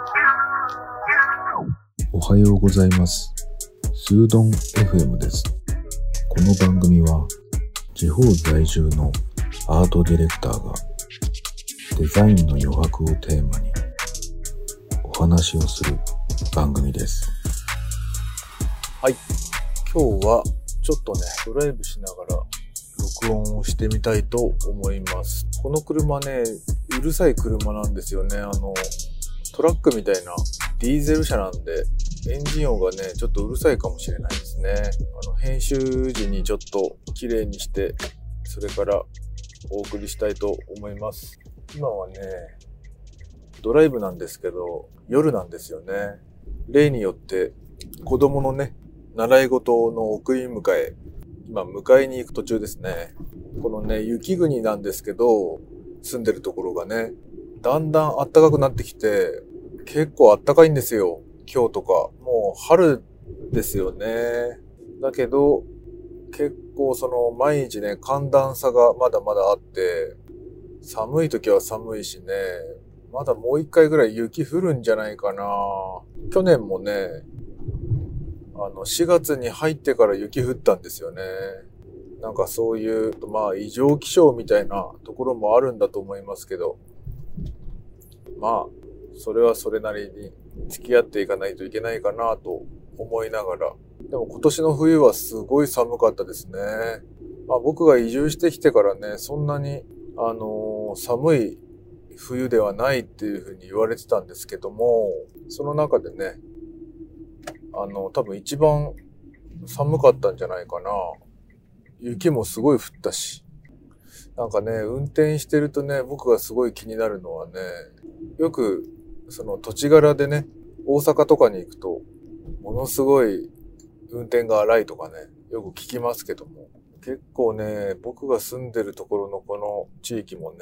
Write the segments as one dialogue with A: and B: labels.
A: おはようございます。スードン FM です。この番組は地方在住のアートディレクターがデザインの余白をテーマにお話をする番組です。
B: はい、今日はちょっとねドライブしながら録音をしてみたいと思います。この車ね、うるさい車なんですよね。トラックみたいなディーゼル車なんでエンジン音がねちょっとうるさいかもしれないですね。編集時にちょっと綺麗にしてそれからお送りしたいと思います。今はねドライブなんですけど夜なんですよね。例によって子供のね習い事の送り迎え、今迎えに行く途中ですね。このね雪国なんですけど住んでるところがねだんだん暖かくなってきて結構暖かいんですよ。今日とかもう春ですよね。だけど結構その毎日ね寒暖差がまだまだあって寒い時は寒いしね、まだもう一回ぐらい雪降るんじゃないかな。去年もね4月に入ってから雪降ったんですよね。なんかそういう異常気象みたいなところもあるんだと思いますけど、それはそれなりに付き合っていかないといけないかなと思いながら。でも今年の冬はすごい寒かったですね。僕が移住してきてからね、そんなに寒い冬ではないっていうふうに言われてたんですけども、その中でね、多分一番寒かったんじゃないかな。雪もすごい降ったし。なんかね、運転してるとね、僕がすごい気になるのはね、よくその土地柄でね、大阪とかに行くと、ものすごい運転が荒いとかね、よく聞きますけども、結構ね、僕が住んでるところのこの地域もね、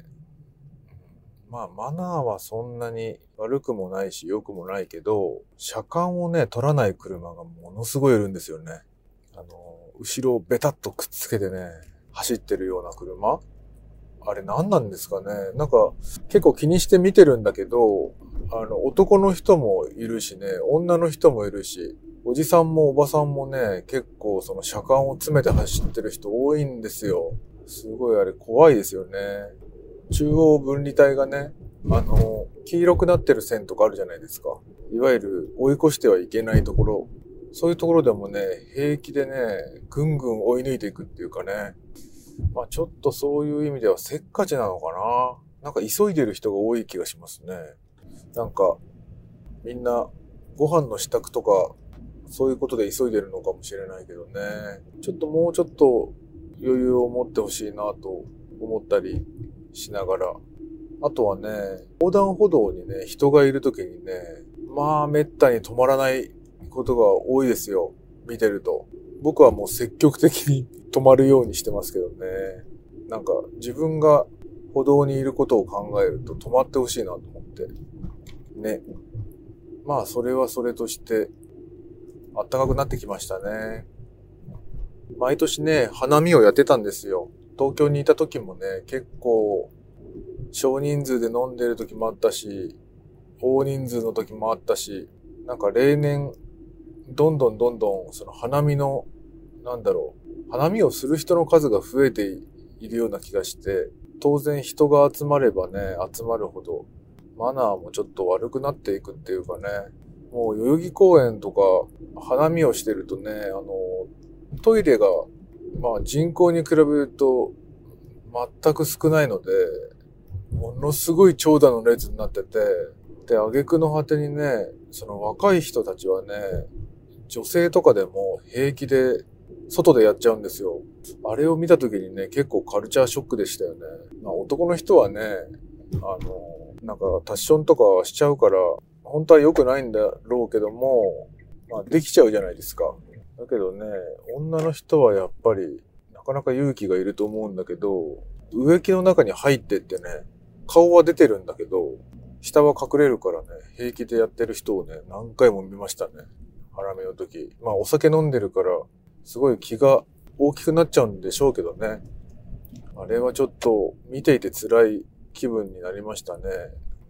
B: マナーはそんなに悪くもないし良くもないけど、車間をね、取らない車がものすごいいるんですよね。後ろをベタッとくっつけてね、走ってるような車？あれ何なんですかね。なんか結構気にして見てるんだけど、男の人もいるしね、女の人もいるし、おじさんもおばさんもね、結構その車間を詰めて走ってる人多いんですよ。すごいあれ怖いですよね。中央分離帯がね、黄色くなってる線とかあるじゃないですか。いわゆる追い越してはいけないところ。そういうところでもね、平気でね、ぐんぐん追い抜いていくっていうかね。ちょっとそういう意味ではせっかちなのかな。なんか急いでる人が多い気がしますね。なんか、みんなご飯の支度とか、そういうことで急いでるのかもしれないけどね。ちょっともうちょっと余裕を持ってほしいなと思ったりしながら。あとはね、横断歩道にね、人がいるときにね、めったに止まらないことが多いですよ。見てると。僕はもう積極的に止まるようにしてますけどね。なんか自分が歩道にいることを考えると止まってほしいなと思って。ね。それはそれとして暖かくなってきましたね。毎年ね、花見をやってたんですよ。東京にいた時もね、結構少人数で飲んでる時もあったし、大人数の時もあったし、なんか例年どんどんその花見の花見をする人の数が増えているような気がして、当然人が集まればね、集まるほどマナーもちょっと悪くなっていくっていうかね、もう代々木公園とか花見をしてるとね、トイレが人口に比べると全く少ないので、ものすごい長蛇の列になってて、で、挙句の果てにね、その若い人たちはね、女性とかでも平気で外でやっちゃうんですよ。あれを見た時にね、結構カルチャーショックでしたよね。男の人はね、なんかタッションとかしちゃうから、本当は良くないんだろうけども、できちゃうじゃないですか。だけどね、女の人はやっぱりなかなか勇気がいると思うんだけど、植木の中に入ってってね、顔は出てるんだけど、下は隠れるからね、平気でやってる人をね、何回も見ましたね。花見の時。お酒飲んでるから、すごい気が大きくなっちゃうんでしょうけどね。あれはちょっと見ていて辛い気分になりましたね。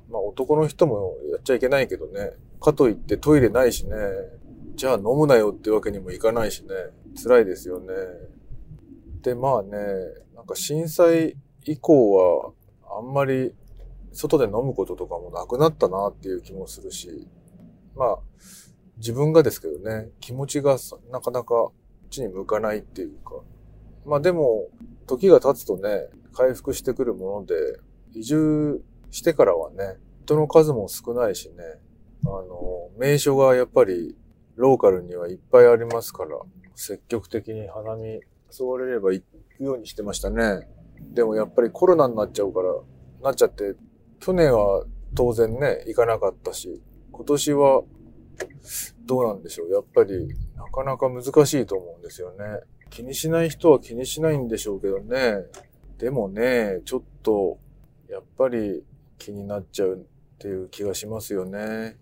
B: まあ男の人もやっちゃいけないけどね。かといってトイレないしね。じゃあ飲むなよってわけにもいかないしね。辛いですよね。で、まあね、なんか震災以降はあんまり外で飲むこととかもなくなったなっていう気もするし、まあ自分がですけどね、気持ちがなかなかこっちに向かないっていうか、まあでも時が経つとね、回復してくるもので、移住してからはね、人の数も少ないしね、名所がやっぱりローカルにはいっぱいありますから、積極的に花見誘われれば行くようにしてましたね。でもやっぱりコロナになっちゃって、去年は当然ね、行かなかったし、今年はどうなんでしょう。やっぱりなかなか難しいと思うんですよね。気にしない人は気にしないんでしょうけどね。でもね、ちょっとやっぱり気になっちゃうっていう気がしますよね。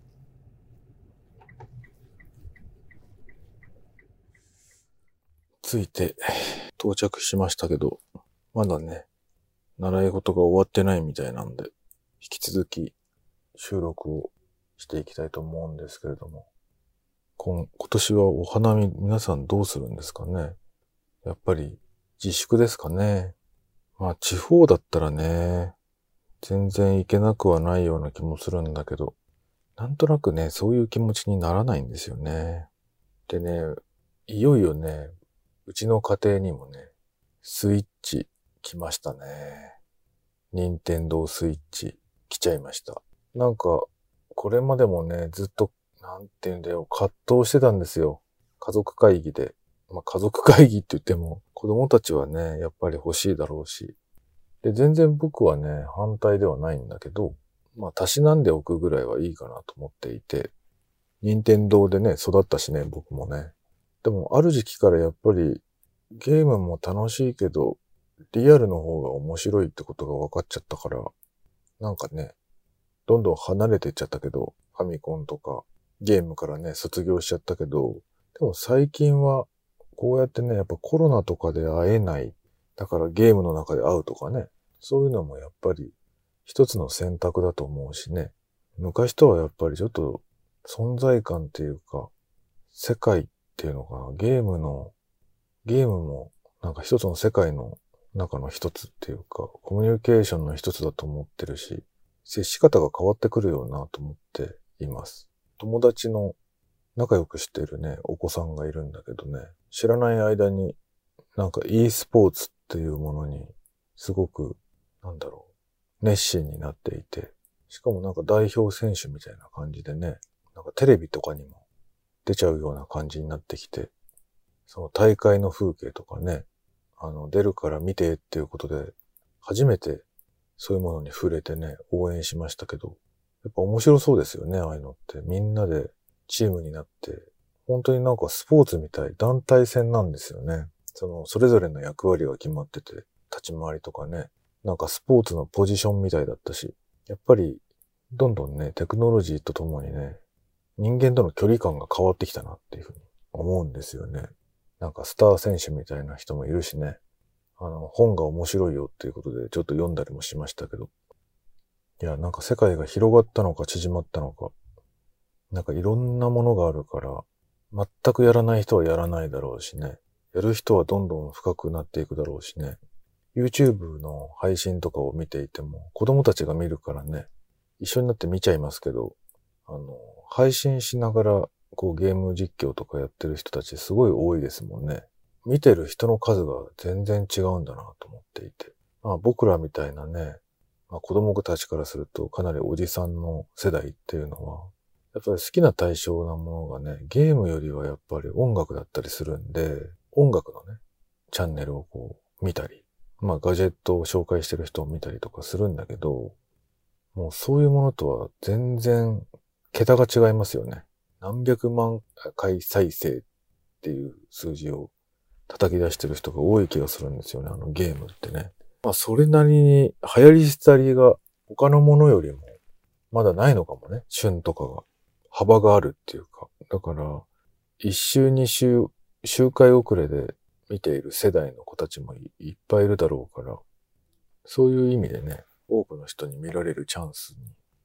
B: 着いて到着しましたけど、まだね、習い事が終わってないみたいなんで、引き続き収録をしていきたいと思うんですけれども、今年はお花見皆さんどうするんですかね。やっぱり自粛ですかね。まあ地方だったらね、全然行けなくはないような気もするんだけど、なんとなくね、そういう気持ちにならないんですよね。でね、いよいよね、うちの家庭にもね、スイッチ来ましたね。任天堂スイッチ来ちゃいました。なんか、これまでもね、ずっと、なんていうんだよ、葛藤してたんですよ。家族会議で。まあ家族会議って言っても、子供たちはね、やっぱり欲しいだろうし。で、全然僕はね、反対ではないんだけど、まあ、たしなんでおくぐらいはいいかなと思っていて、任天堂でね、育ったしね、僕もね。でも、ある時期からやっぱり、ゲームも楽しいけど、リアルの方が面白いってことが分かっちゃったから、なんかね、どんどん離れていっちゃったけど、ファミコンとか、ゲームからね、卒業しちゃったけど、でも最近は、こうやってね、やっぱコロナとかで会えない。だからゲームの中で会うとかね、そういうのもやっぱり一つの選択だと思うしね。昔とはやっぱりちょっと存在感っていうか、世界っていうのかな、ゲームもなんか一つの世界の中の一つっていうか、コミュニケーションの一つだと思ってるし、接し方が変わってくるよなと思っています。友達の仲良くしているね、お子さんがいるんだけどね、知らない間になんか e スポーツっていうものにすごく、熱心になっていて、しかもなんか代表選手みたいな感じでね、なんかテレビとかにも出ちゃうような感じになってきて、その大会の風景とかね、出るから見てっていうことで、初めてそういうものに触れてね、応援しましたけど、やっぱ面白そうですよね、ああいうのって。みんなでチームになって、本当になんかスポーツみたい、団体戦なんですよね。それぞれの役割が決まってて、立ち回りとかね、なんかスポーツのポジションみたいだったし、やっぱり、どんどんね、テクノロジーとともにね、人間との距離感が変わってきたなっていうふうに思うんですよね。なんかスター選手みたいな人もいるしね、本が面白いよっていうことでちょっと読んだりもしましたけど、いや、なんか世界が広がったのか縮まったのか、なんかいろんなものがあるから、全くやらない人はやらないだろうしね、やる人はどんどん深くなっていくだろうしね、YouTube の配信とかを見ていても、子供たちが見るからね、一緒になって見ちゃいますけど、配信しながら、ゲーム実況とかやってる人たちすごい多いですもんね。見てる人の数が全然違うんだなと思っていて。まあ僕らみたいなね、まあ子供たちからするとかなりおじさんの世代っていうのは、やっぱり好きな対象なものがね、ゲームよりはやっぱり音楽だったりするんで、音楽のね、チャンネルを見たり、まあガジェットを紹介してる人を見たりとかするんだけど、もうそういうものとは全然桁が違いますよね。何百万回再生っていう数字を叩き出してる人が多い気がするんですよね、ゲームってね。まあそれなりに流行り廃りが他のものよりもまだないのかもね、旬とかが。幅があるっていうか。だから、一週二週、周回遅れで見ている世代の子たちもいっぱいいるだろうから、そういう意味でね、多くの人に見られるチャンスに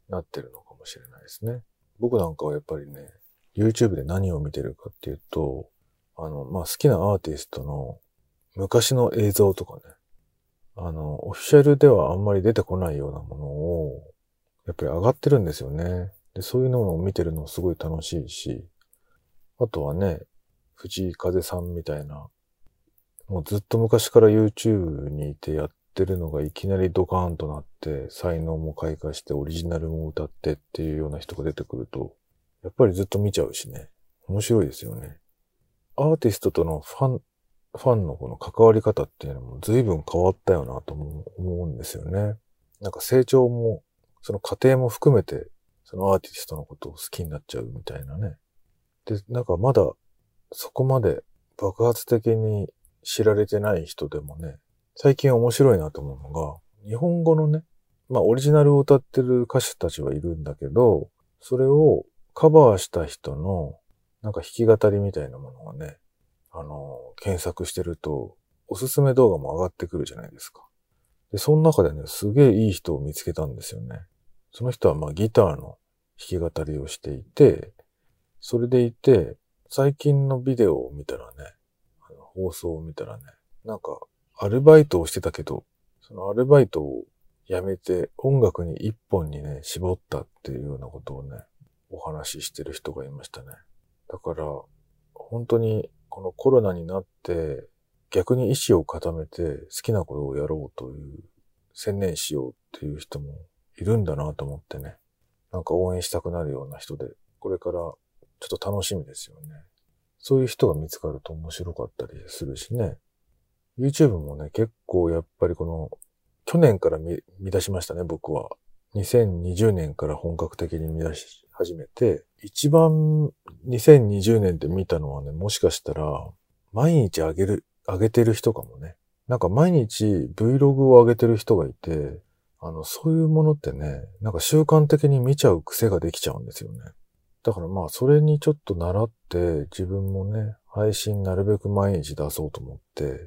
B: なってるのかもしれないですね。僕なんかはやっぱりね、YouTube で何を見てるかっていうと、好きなアーティストの昔の映像とかね、オフィシャルではあんまり出てこないようなものを、やっぱり上がってるんですよね。で、そういうのを見てるのすごい楽しいし、あとはね、藤井風さんみたいな、もうずっと昔から YouTube にいてやってるのがいきなりドカーンとなって、才能も開花してオリジナルも歌ってっていうような人が出てくると、やっぱりずっと見ちゃうしね。面白いですよね。アーティストとのファンのこの関わり方っていうのも随分変わったよなと思うんですよね。なんか成長も、その過程も含めて、そのアーティストのことを好きになっちゃうみたいなね。で、なんかまだそこまで爆発的に知られてない人でもね、最近面白いなと思うのが、日本語のね、オリジナルを歌ってる歌手たちはいるんだけど、それをカバーした人のなんか弾き語りみたいなものがね、検索してると、おすすめ動画も上がってくるじゃないですか。で、その中でね、すげえいい人を見つけたんですよね。その人はギターの弾き語りをしていて、それでいて、最近のビデオを見たらね、放送を見たらね、なんか、アルバイトをしてたけど、そのアルバイトを辞めて音楽に一本にね、絞ったっていうようなことをね、お話ししてる人がいましたね。だから、本当にこのコロナになって、逆に意志を固めて好きなことをやろうという、専念しようっていう人もいるんだなと思ってね、なんか応援したくなるような人で、これからちょっと楽しみですよね。そういう人が見つかると面白かったりするしね。YouTube もね、結構やっぱり去年から見出しましたね、僕は。2020年から本格的に見出し始めて、一番2020年で見たのはね、もしかしたら、毎日上げてる人かもね。なんか毎日 Vlog を上げてる人がいて、そういうものってね、なんか習慣的に見ちゃう癖ができちゃうんですよね。だからそれにちょっと習って、自分もね、配信なるべく毎日出そうと思って、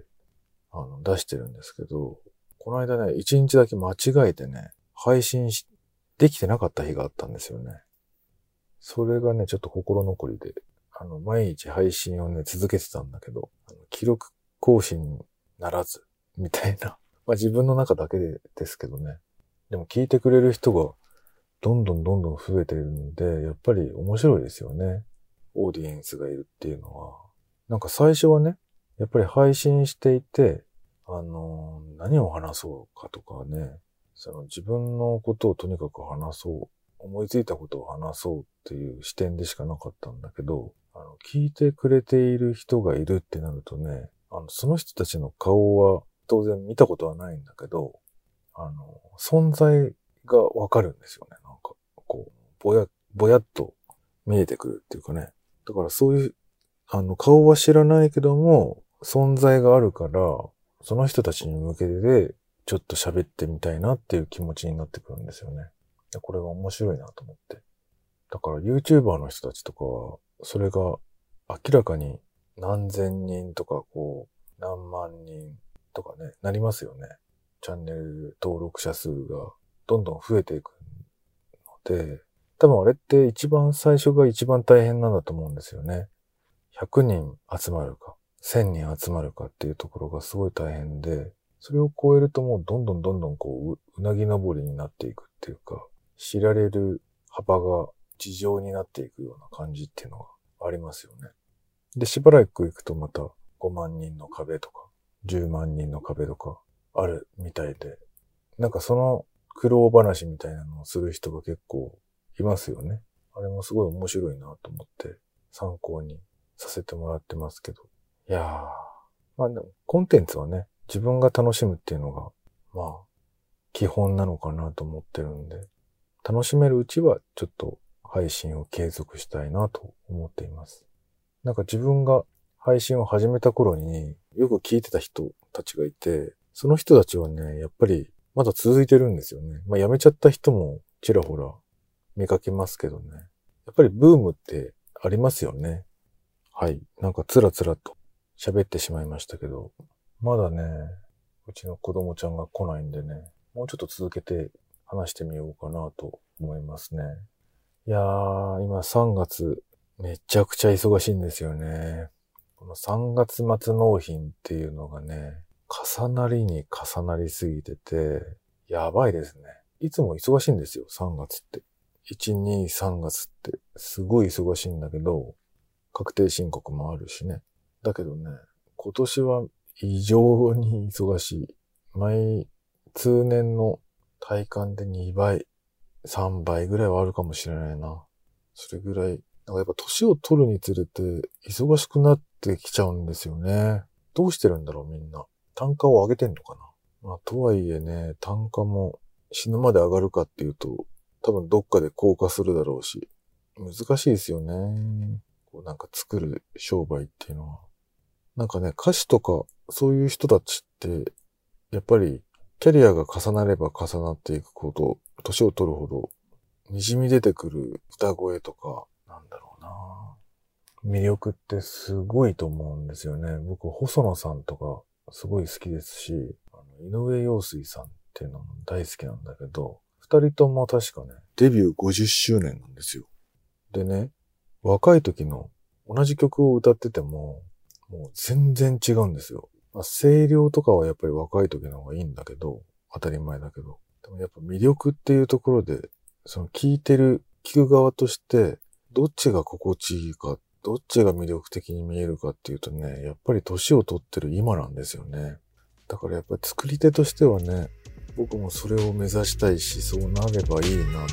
B: 出してるんですけど、この間ね、一日だけ間違えてね、配信できてなかった日があったんですよね。それがね、ちょっと心残りで、毎日配信をね、続けてたんだけど、記録更新ならず、みたいな。自分の中だけですけどね。でも聞いてくれる人が、どんどん増えてるんで、やっぱり面白いですよね。オーディエンスがいるっていうのは。なんか最初はね、やっぱり配信していて、何を話そうかとかね、自分のことをとにかく話そう、思いついたことを話そうっていう視点でしかなかったんだけど、聞いてくれている人がいるってなるとね、その人たちの顔は当然見たことはないんだけど、存在がわかるんですよね。なんか、ぼやっと見えてくるっていうかね。だからそういう、顔は知らないけども、存在があるから、その人たちに向けて、ちょっと喋ってみたいなっていう気持ちになってくるんですよね。これが面白いなと思って。だから YouTuber の人たちとかは、それが明らかに何千人とか何万人とかね、なりますよね。チャンネル登録者数がどんどん増えていくので、多分あれって一番最初が一番大変なんだと思うんですよね。100人集まるか、1000人集まるかっていうところがすごい大変で、それを超えるともうどんどんうなぎ登りになっていくっていうか、知られる幅が地上になっていくような感じっていうのがありますよね。で、しばらく行くとまた5万人の壁とか、10万人の壁とかあるみたいで、なんかその苦労話みたいなのをする人が結構いますよね。あれもすごい面白いなと思って参考にさせてもらってますけど。いやー、でもコンテンツはね、自分が楽しむっていうのが、基本なのかなと思ってるんで、楽しめるうちはちょっと配信を継続したいなと思っています。なんか自分が配信を始めた頃によく聞いてた人たちがいて、その人たちはね、やっぱりまだ続いてるんですよね。辞めちゃった人もちらほら見かけますけどね。やっぱりブームってありますよね。はい。なんかつらつらと喋ってしまいましたけど、まだね、うちの子供ちゃんが来ないんでね、もうちょっと続けて話してみようかなと思いますね。いやー、今3月めちゃくちゃ忙しいんですよね。この3月末納品っていうのがね、重なりに重なりすぎてて、やばいですね。いつも忙しいんですよ、3月って。1、2、3月ってすごい忙しいんだけど、確定申告もあるしね。だけどね、今年は異常に忙しい。通年の体感で2倍、3倍ぐらいはあるかもしれないな。それぐらい、なんかやっぱ年を取るにつれて忙しくなってきちゃうんですよね。どうしてるんだろうみんな。単価を上げてんのかな。とはいえね、単価も死ぬまで上がるかっていうと、多分どっかで降下するだろうし、難しいですよね。なんか作る商売っていうのは。なんかね、歌手とかそういう人たちって、やっぱりキャリアが重なれば重なっていくほど、年を取るほど、滲み出てくる歌声とか、なんだろうな。魅力ってすごいと思うんですよね。僕、細野さんとかすごい好きですし、井上陽水さんっていうのも大好きなんだけど、二人とも確かね、デビュー50周年なんですよ。でね、若い時の同じ曲を歌ってても、もう全然違うんですよ。声量とかはやっぱり若い時の方がいいんだけど、当たり前だけど。でもやっぱ魅力っていうところで、その聞く側として、どっちが心地いいか、どっちが魅力的に見えるかっていうとね、やっぱり年を取ってる今なんですよね。だからやっぱり作り手としてはね、僕もそれを目指したいし、そうなればいいなと思って、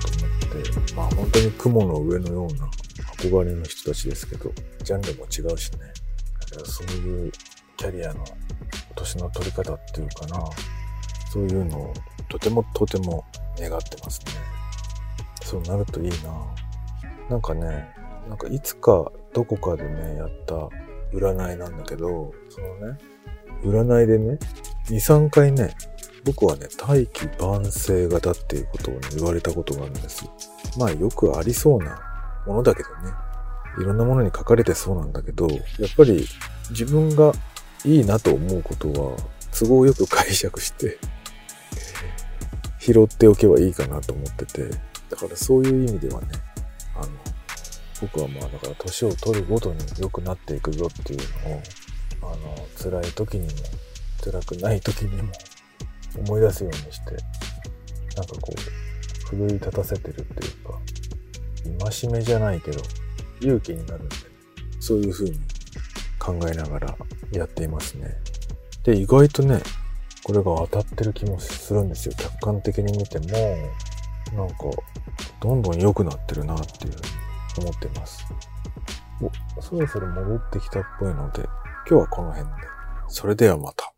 B: 本当に雲の上のような憧れの人たちですけど、ジャンルも違うしね。だからそういうキャリアの年の取り方っていうかな、そういうのをとても願ってますね。そうなるといいな。なんかいつかどこかでね、やった占いなんだけど、そのね、占いでね、2、3回ね、僕はね、大器晩成型っていうことをね、言われたことがあるんですよ。よくありそうなものだけどね。いろんなものに書かれてそうなんだけど、やっぱり自分がいいなと思うことは都合よく解釈して拾っておけばいいかなと思ってて、だからそういう意味ではね、僕はだから年を取るごとに良くなっていくぞっていうのを、辛い時にも辛くない時にも思い出すようにして、なんか奮い立たせてるっていうか、戒めじゃないけど勇気になるんで、そういう風に考えながらやっていますね。で、意外とね、これが当たってる気もするんですよ。客観的に見ても、なんか、どんどん良くなってるなっていうふうに思ってます。そろそろ戻ってきたっぽいので、今日はこの辺で。それではまた。